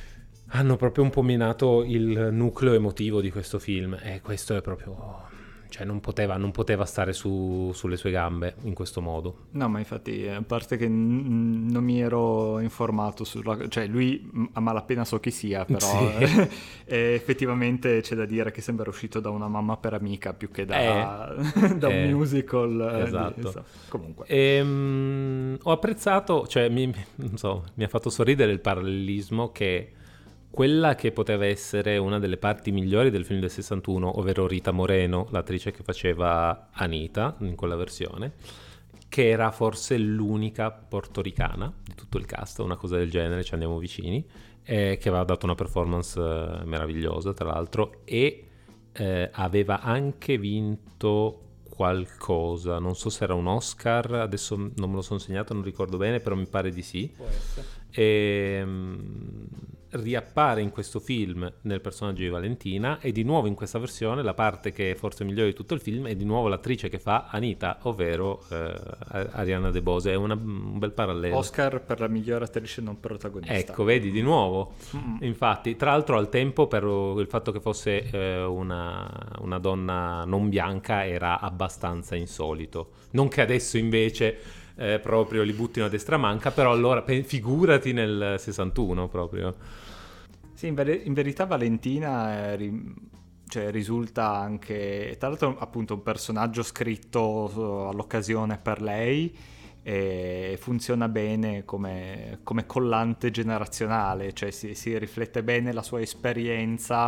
hanno proprio un po' minato il nucleo emotivo di questo film, e questo è proprio, cioè non poteva stare sulle sue gambe in questo modo. No, ma infatti, a parte che non mi ero informato cioè lui a malapena so chi sia, però Sì. effettivamente c'è da dire che sembra uscito da una mamma per amica più che da un musical. Esatto. Comunque. Ho apprezzato, cioè non so, mi ha fatto sorridere il parallelismo che quella che poteva essere una delle parti migliori del film del 61, ovvero Rita Moreno, l'attrice che faceva Anita in quella versione, che era forse l'unica portoricana di tutto il cast, una cosa del genere, ci andiamo vicini, che aveva dato una performance meravigliosa tra l'altro, e aveva anche vinto qualcosa, non so se era un Oscar, adesso non me lo sono segnato, non ricordo bene, però mi pare di sì. Può essere. E riappare in questo film nel personaggio di Valentina, e di nuovo in questa versione la parte che è forse migliore di tutto il film è di nuovo l'attrice che fa Anita, ovvero Ariana DeBose. È un bel parallelo. Oscar per la migliore attrice non protagonista. Ecco, vedi, di nuovo. Infatti, tra l'altro al tempo, per il fatto che fosse una donna non bianca, era abbastanza insolito. Non che adesso invece proprio li buttino a destra manca, però allora figurati nel 61 proprio. Sì, in verità Valentina cioè, risulta anche, tra l'altro appunto un personaggio scritto all'occasione per lei, e funziona bene come collante generazionale, cioè si riflette bene la sua esperienza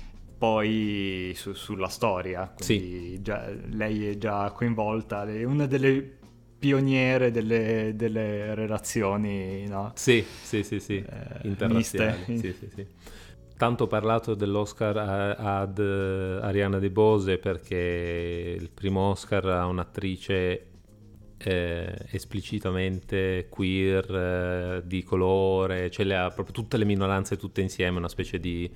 poi sulla storia, quindi Sì. lei è già coinvolta, è una delle pioniere delle relazioni, no? Sì, interrazziali. Miste. Sì. Tanto parlato dell'Oscar ad Ariana DeBose perché il primo Oscar a un'attrice esplicitamente queer, di colore, cioè le ha proprio tutte le minoranze tutte insieme, una specie di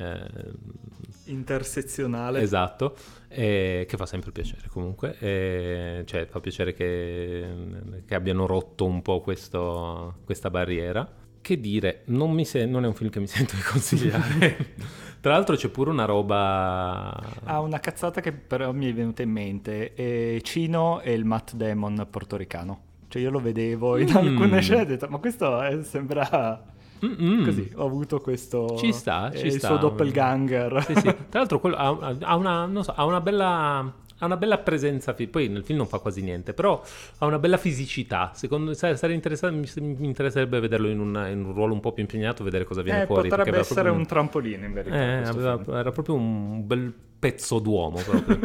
intersezionale. Esatto, che fa sempre piacere comunque, cioè fa piacere che abbiano rotto un po' questa barriera. Che dire, non è un film che mi sento di consigliare. Tra l'altro c'è pure una roba... una cazzata che però mi è venuta in mente, è Chino e il Matt Damon portoricano. Cioè io lo vedevo in alcune scene e ho detto, ma questo sembra... Così, ho avuto questo... Ci sta. Il suo doppelganger. Sì. Tra l'altro quello ha una bella presenza, poi nel film non fa quasi niente, però ha una bella fisicità. Secondo me mi interesserebbe vederlo in un ruolo un po' più impegnato, vedere cosa viene fuori. Potrebbe essere un trampolino in verità. Era proprio un bel pezzo d'uomo proprio.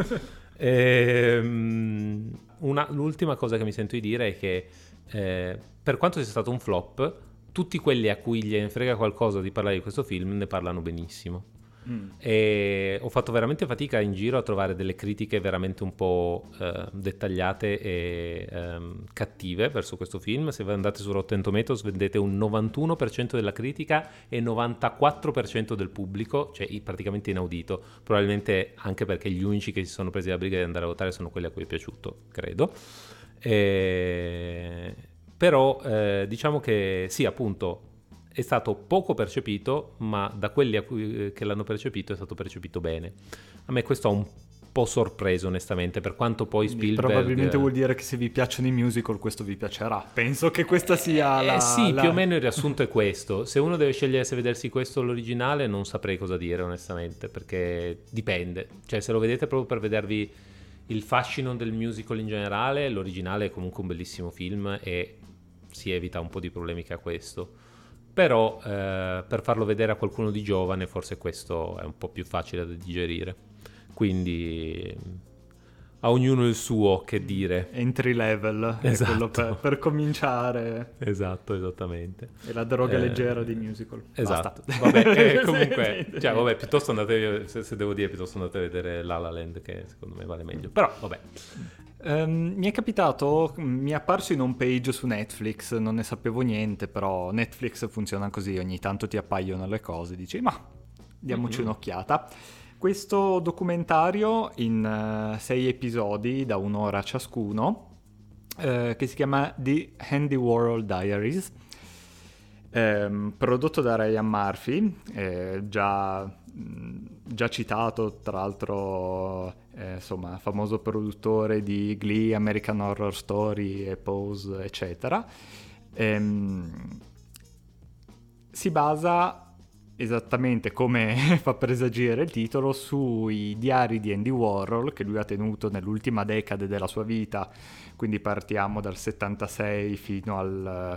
L'ultima cosa che mi sento di dire è che per quanto sia stato un flop, tutti quelli a cui gliene frega qualcosa di parlare di questo film ne parlano benissimo. E ho fatto veramente fatica in giro a trovare delle critiche veramente un po' dettagliate e cattive verso questo film. Se andate su Rotten Tomatoes vedete un 91% della critica e 94% del pubblico, cioè praticamente inaudito, probabilmente anche perché gli unici che si sono presi la briga di andare a votare sono quelli a cui è piaciuto, credo. Però diciamo che sì, appunto, è stato poco percepito, ma da quelli che l'hanno percepito è stato percepito bene. A me questo ha un po' sorpreso onestamente, per quanto poi Spielberg... Probabilmente vuol dire che se vi piacciono i musical questo vi piacerà. Penso che questa sia Sì, più o meno il riassunto è questo. Se uno deve scegliere se vedersi questo o l'originale non saprei cosa dire onestamente, perché dipende. Cioè se lo vedete proprio per vedervi il fascino del musical in generale, l'originale è comunque un bellissimo film e si evita un po' di problemi che ha questo. Però per farlo vedere a qualcuno di giovane forse questo è un po' più facile da digerire, quindi a ognuno il suo, che dire. Entry level, esatto. È quello per cominciare. Esatto, esattamente. È la droga leggera di musical. Esatto. Vabbè, comunque, cioè, vabbè, piuttosto andate, se devo dire, piuttosto andate a vedere La La Land, che secondo me vale meglio. Però, vabbè. Mi è capitato, mi è apparso in home page su Netflix, non ne sapevo niente, però Netflix funziona così, ogni tanto ti appaiono le cose, dici ma diamoci un'occhiata. Questo documentario in 6 episodi da 1 ora ciascuno, che si chiama The Andy Warhol Diaries, prodotto da Ryan Murphy, già già citato, tra l'altro, insomma, famoso produttore di Glee, American Horror Story e Pose, eccetera. Si basa, esattamente come fa presagire il titolo, sui diari di Andy Warhol che lui ha tenuto nell'ultima decade della sua vita, quindi partiamo dal 76 fino al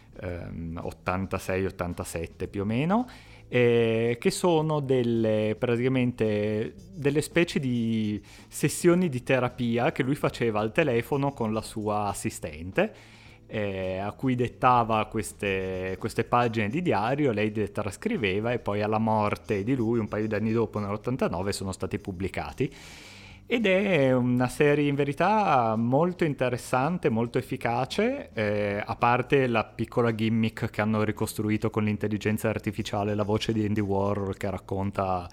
86-87 più o meno, che sono praticamente delle specie di sessioni di terapia che lui faceva al telefono con la sua assistente, a cui dettava queste pagine di diario, lei le trascriveva e poi alla morte di lui, un paio di anni dopo, nell'89, sono stati pubblicati. Ed è una serie in verità molto interessante, molto efficace, a parte la piccola gimmick che hanno ricostruito con l'intelligenza artificiale, la voce di Andy Warhol che racconta,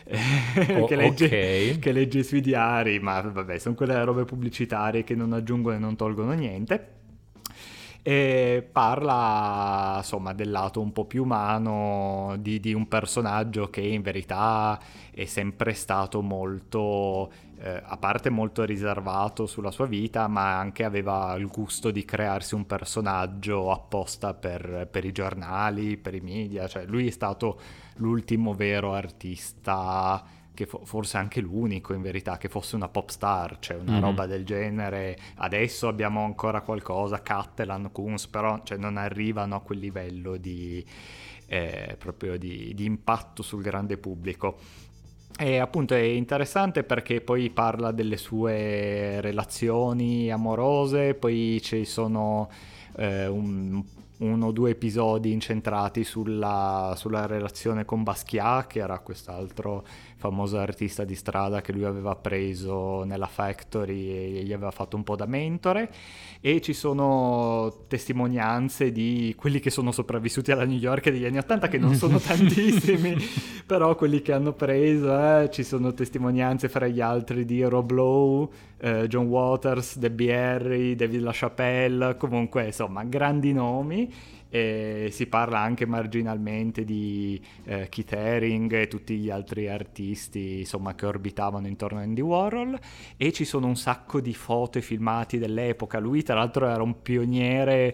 che legge sui diari, ma vabbè, sono quelle robe pubblicitarie che non aggiungono e non tolgono niente. E parla insomma del lato un po' più umano di un personaggio che in verità è sempre stato molto, a parte molto riservato sulla sua vita, ma anche aveva il gusto di crearsi un personaggio apposta per i giornali, per i media. Cioè lui è stato l'ultimo vero artista, che forse anche l'unico in verità, che fosse una pop star, cioè una roba del genere. Adesso abbiamo ancora qualcosa, Catalan, Kunz, però cioè, non arrivano a quel livello di proprio di impatto sul grande pubblico. E appunto è interessante perché poi parla delle sue relazioni amorose, poi ci sono uno o due episodi incentrati sulla relazione con Basquiat, che era quest'altro famoso artista di strada che lui aveva preso nella Factory e gli aveva fatto un po' da mentore, e ci sono testimonianze di quelli che sono sopravvissuti alla New York degli anni 80, che non sono tantissimi, però quelli che hanno preso, ci sono testimonianze fra gli altri di Rob Lowe, John Waters, Debbie Harry, David LaChapelle, comunque insomma grandi nomi. E si parla anche marginalmente di Keith Haring e tutti gli altri artisti insomma che orbitavano intorno a Andy Warhol, e ci sono un sacco di foto e filmati dell'epoca. Lui tra l'altro era un pioniere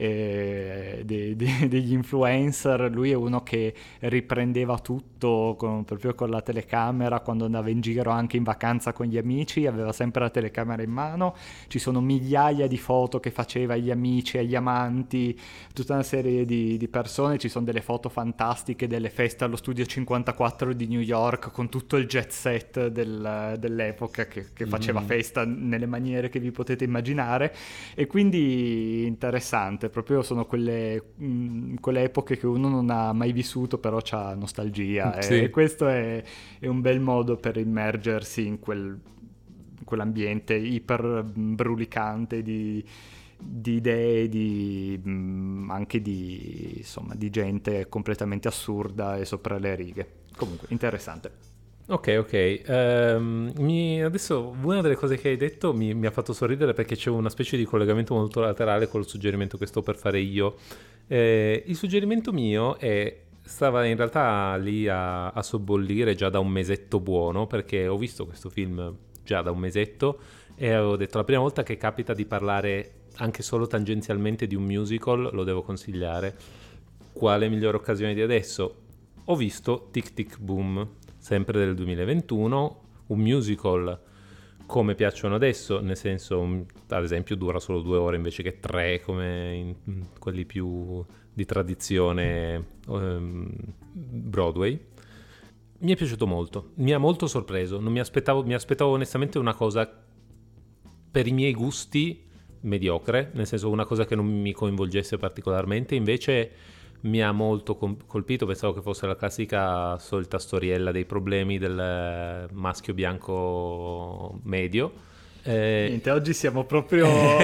degli influencer. Lui è uno che riprendeva tutto proprio con la telecamera quando andava in giro, anche in vacanza con gli amici aveva sempre la telecamera in mano. Ci sono migliaia di foto che faceva agli amici, agli amanti, tutta una serie di persone. Ci sono delle foto fantastiche delle feste allo Studio 54 di New York con tutto il jet set dell'epoca che faceva festa nelle maniere che vi potete immaginare. E quindi interessante, proprio sono quelle epoche che uno non ha mai vissuto, però c'ha nostalgia. Sì. E questo è un bel modo per immergersi in quell'ambiente iper brulicante di idee, anche di gente completamente assurda e sopra le righe. Comunque interessante. Ok. Adesso una delle cose che hai detto mi ha fatto sorridere, perché c'è una specie di collegamento molto laterale col suggerimento che sto per fare io. Il suggerimento mio stava in realtà lì a sobbollire già da un mesetto buono, perché ho visto questo film già da un mesetto e avevo detto la prima volta che capita di parlare anche solo tangenzialmente di un musical lo devo consigliare. Quale migliore occasione di adesso? Ho visto Tic Tic Boom, sempre del 2021, un musical come piacciono adesso, nel senso, ad esempio, dura solo 2 ore invece che 3 come in quelli più di tradizione Broadway. Mi è piaciuto molto, mi ha molto sorpreso, mi aspettavo onestamente una cosa per i miei gusti mediocre, nel senso una cosa che non mi coinvolgesse particolarmente. Invece mi ha molto colpito, pensavo che fosse la classica solita storiella dei problemi del maschio bianco medio. Niente, oggi siamo proprio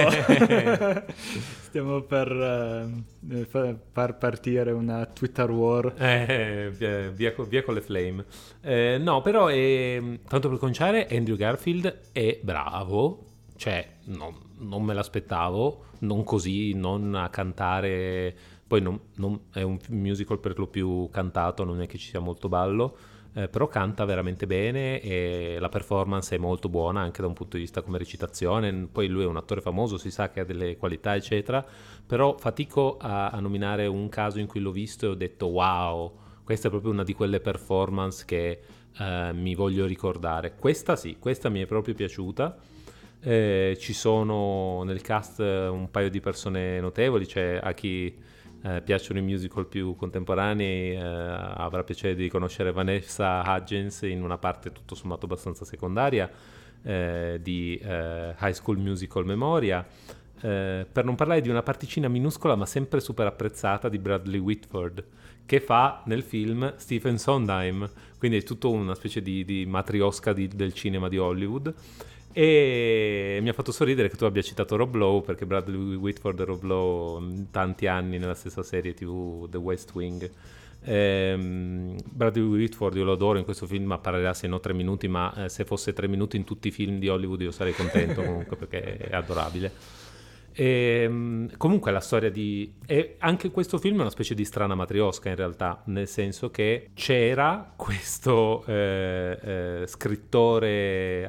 stiamo per far partire una Twitter war. Via con le flame. No, però tanto per cominciare, Andrew Garfield è bravo, cioè non me l'aspettavo, non così, non a cantare. Poi non è un musical per lo più cantato, non è che ci sia molto ballo. però canta veramente bene e la performance è molto buona anche da un punto di vista come recitazione. Poi lui è un attore famoso, si sa che ha delle qualità eccetera, però fatico a nominare un caso in cui l'ho visto e ho detto wow, questa è proprio una di quelle performance che mi voglio ricordare. Questa sì, questa mi è proprio piaciuta. Ci sono nel cast un paio di persone notevoli, cioè a chi piacciono i musical più contemporanei avrà piacere di conoscere Vanessa Hudgens in una parte tutto sommato abbastanza secondaria di High School Musical Memoria, per non parlare di una particina minuscola ma sempre super apprezzata di Bradley Whitford, che fa nel film Stephen Sondheim, quindi è tutto una specie di matriosca del cinema di Hollywood. E mi ha fatto sorridere che tu abbia citato Rob Lowe, perché Bradley Whitford e Rob Lowe tanti anni nella stessa serie TV The West Wing. Bradley Whitford io lo adoro, in questo film apparirà se no 3 minuti, ma se fosse 3 minuti in tutti i film di Hollywood io sarei contento comunque perché è adorabile. Comunque la storia e anche questo film è una specie di strana matriosca in realtà, nel senso che c'era questo scrittore,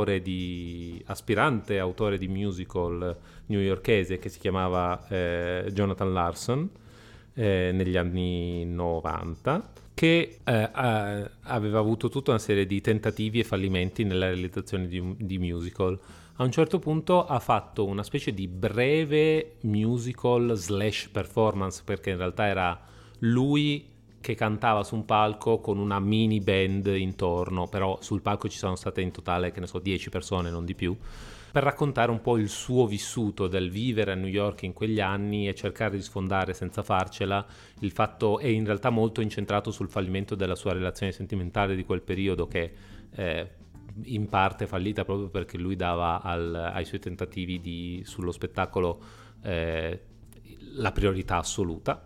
aspirante autore di musical newyorkese che si chiamava Jonathan Larson negli anni 90, che aveva avuto tutta una serie di tentativi e fallimenti nella realizzazione di musical. A un certo punto ha fatto una specie di breve musical / performance, perché in realtà era lui che cantava su un palco con una mini band intorno, però sul palco ci sono state in totale, che ne so, 10 persone, non di più, per raccontare un po' il suo vissuto del vivere a New York in quegli anni e cercare di sfondare senza farcela il fatto, è in realtà molto incentrato sul fallimento della sua relazione sentimentale di quel periodo, che in parte fallita proprio perché lui dava ai suoi tentativi sullo spettacolo la priorità assoluta,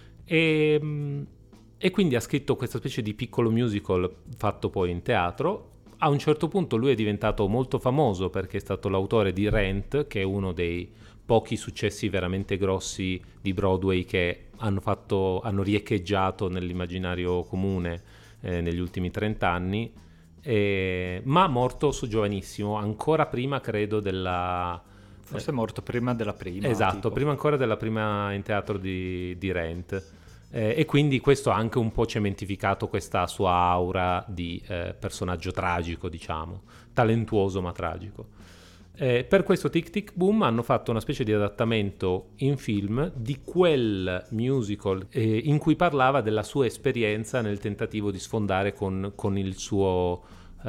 e quindi ha scritto questa specie di piccolo musical fatto poi in teatro. A un certo punto lui è diventato molto famoso perché è stato l'autore di Rent, che è uno dei pochi successi veramente grossi di Broadway che hanno riecheggiato nell'immaginario comune negli ultimi 30 anni. Ma morto su giovanissimo, ancora prima credo forse è morto prima della prima, esatto, tipo. Prima ancora della prima in teatro di Rent, e quindi questo ha anche un po' cementificato questa sua aura di personaggio tragico, diciamo, talentuoso ma tragico. Per questo Tic Tic Boom hanno fatto una specie di adattamento in film di quel musical in cui parlava della sua esperienza nel tentativo di sfondare con il suo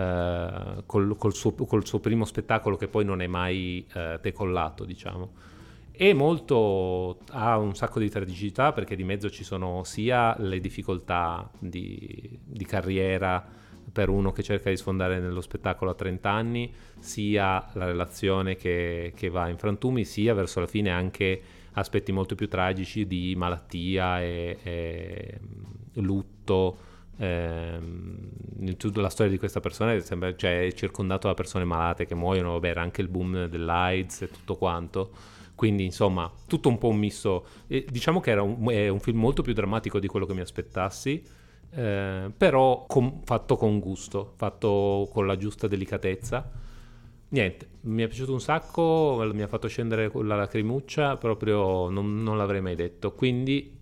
col suo primo spettacolo, che poi non è mai decollato, diciamo. E ha un sacco di tragicità, perché di mezzo ci sono sia le difficoltà di carriera per uno che cerca di sfondare nello spettacolo a 30 anni, sia la relazione che va in frantumi, sia verso la fine anche aspetti molto più tragici di malattia e lutto. Tutta la storia di questa persona sembra, cioè, è circondato da persone malate che muoiono, vabbè, era anche il boom dell'AIDS e tutto quanto, quindi insomma tutto un po' un misto, diciamo che è un film molto più drammatico di quello che mi aspettassi, però fatto con gusto, fatto con la giusta delicatezza. Niente, mi è piaciuto un sacco, mi ha fatto scendere la lacrimuccia, proprio non l'avrei mai detto. Quindi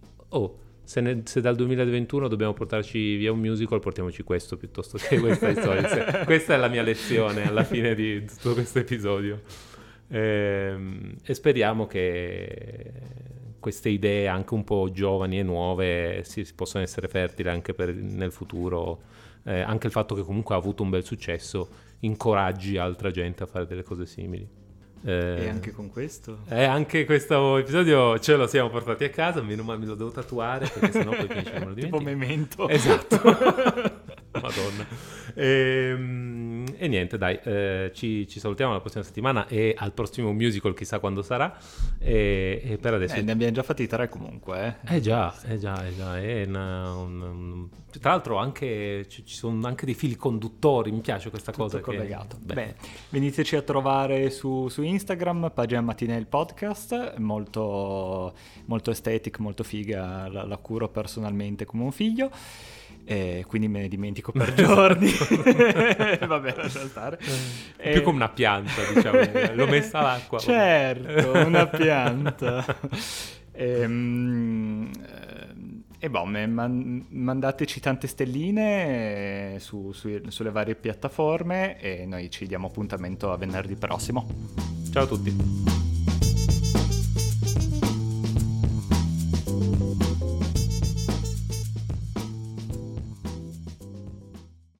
se dal 2021 dobbiamo portarci via un musical, portiamoci questo piuttosto che questa storia. Questa è la mia lezione alla fine di tutto questo episodio, e speriamo che queste idee anche un po' giovani e nuove si possano essere fertili anche nel futuro. Anche il fatto che comunque ha avuto un bel successo incoraggi altra gente a fare delle cose simili. E anche con questo? Anche questo episodio ce lo siamo portati a casa, meno male me lo devo tatuare perché sennò poi finisce tipo memento. Esatto. Madonna. E niente, dai, ci salutiamo la prossima settimana e al prossimo musical, chissà quando sarà. E per adesso... ne abbiamo già fatti 3 comunque. Già. Tra l'altro anche ci sono anche dei fili conduttori, mi piace questa tutto cosa. collegato. Beh, veniteci a trovare su Instagram, pagina Mattinelli Podcast, molto, molto aesthetic, molto figa, la curo personalmente come un figlio. Quindi me ne dimentico per giorni. Vabbè, lascia stare. Più come una pianta, diciamo. L'ho messa all'acqua. Certo, una pianta. Mandateci tante stelline sulle varie piattaforme e noi ci diamo appuntamento a venerdì prossimo. Ciao a tutti.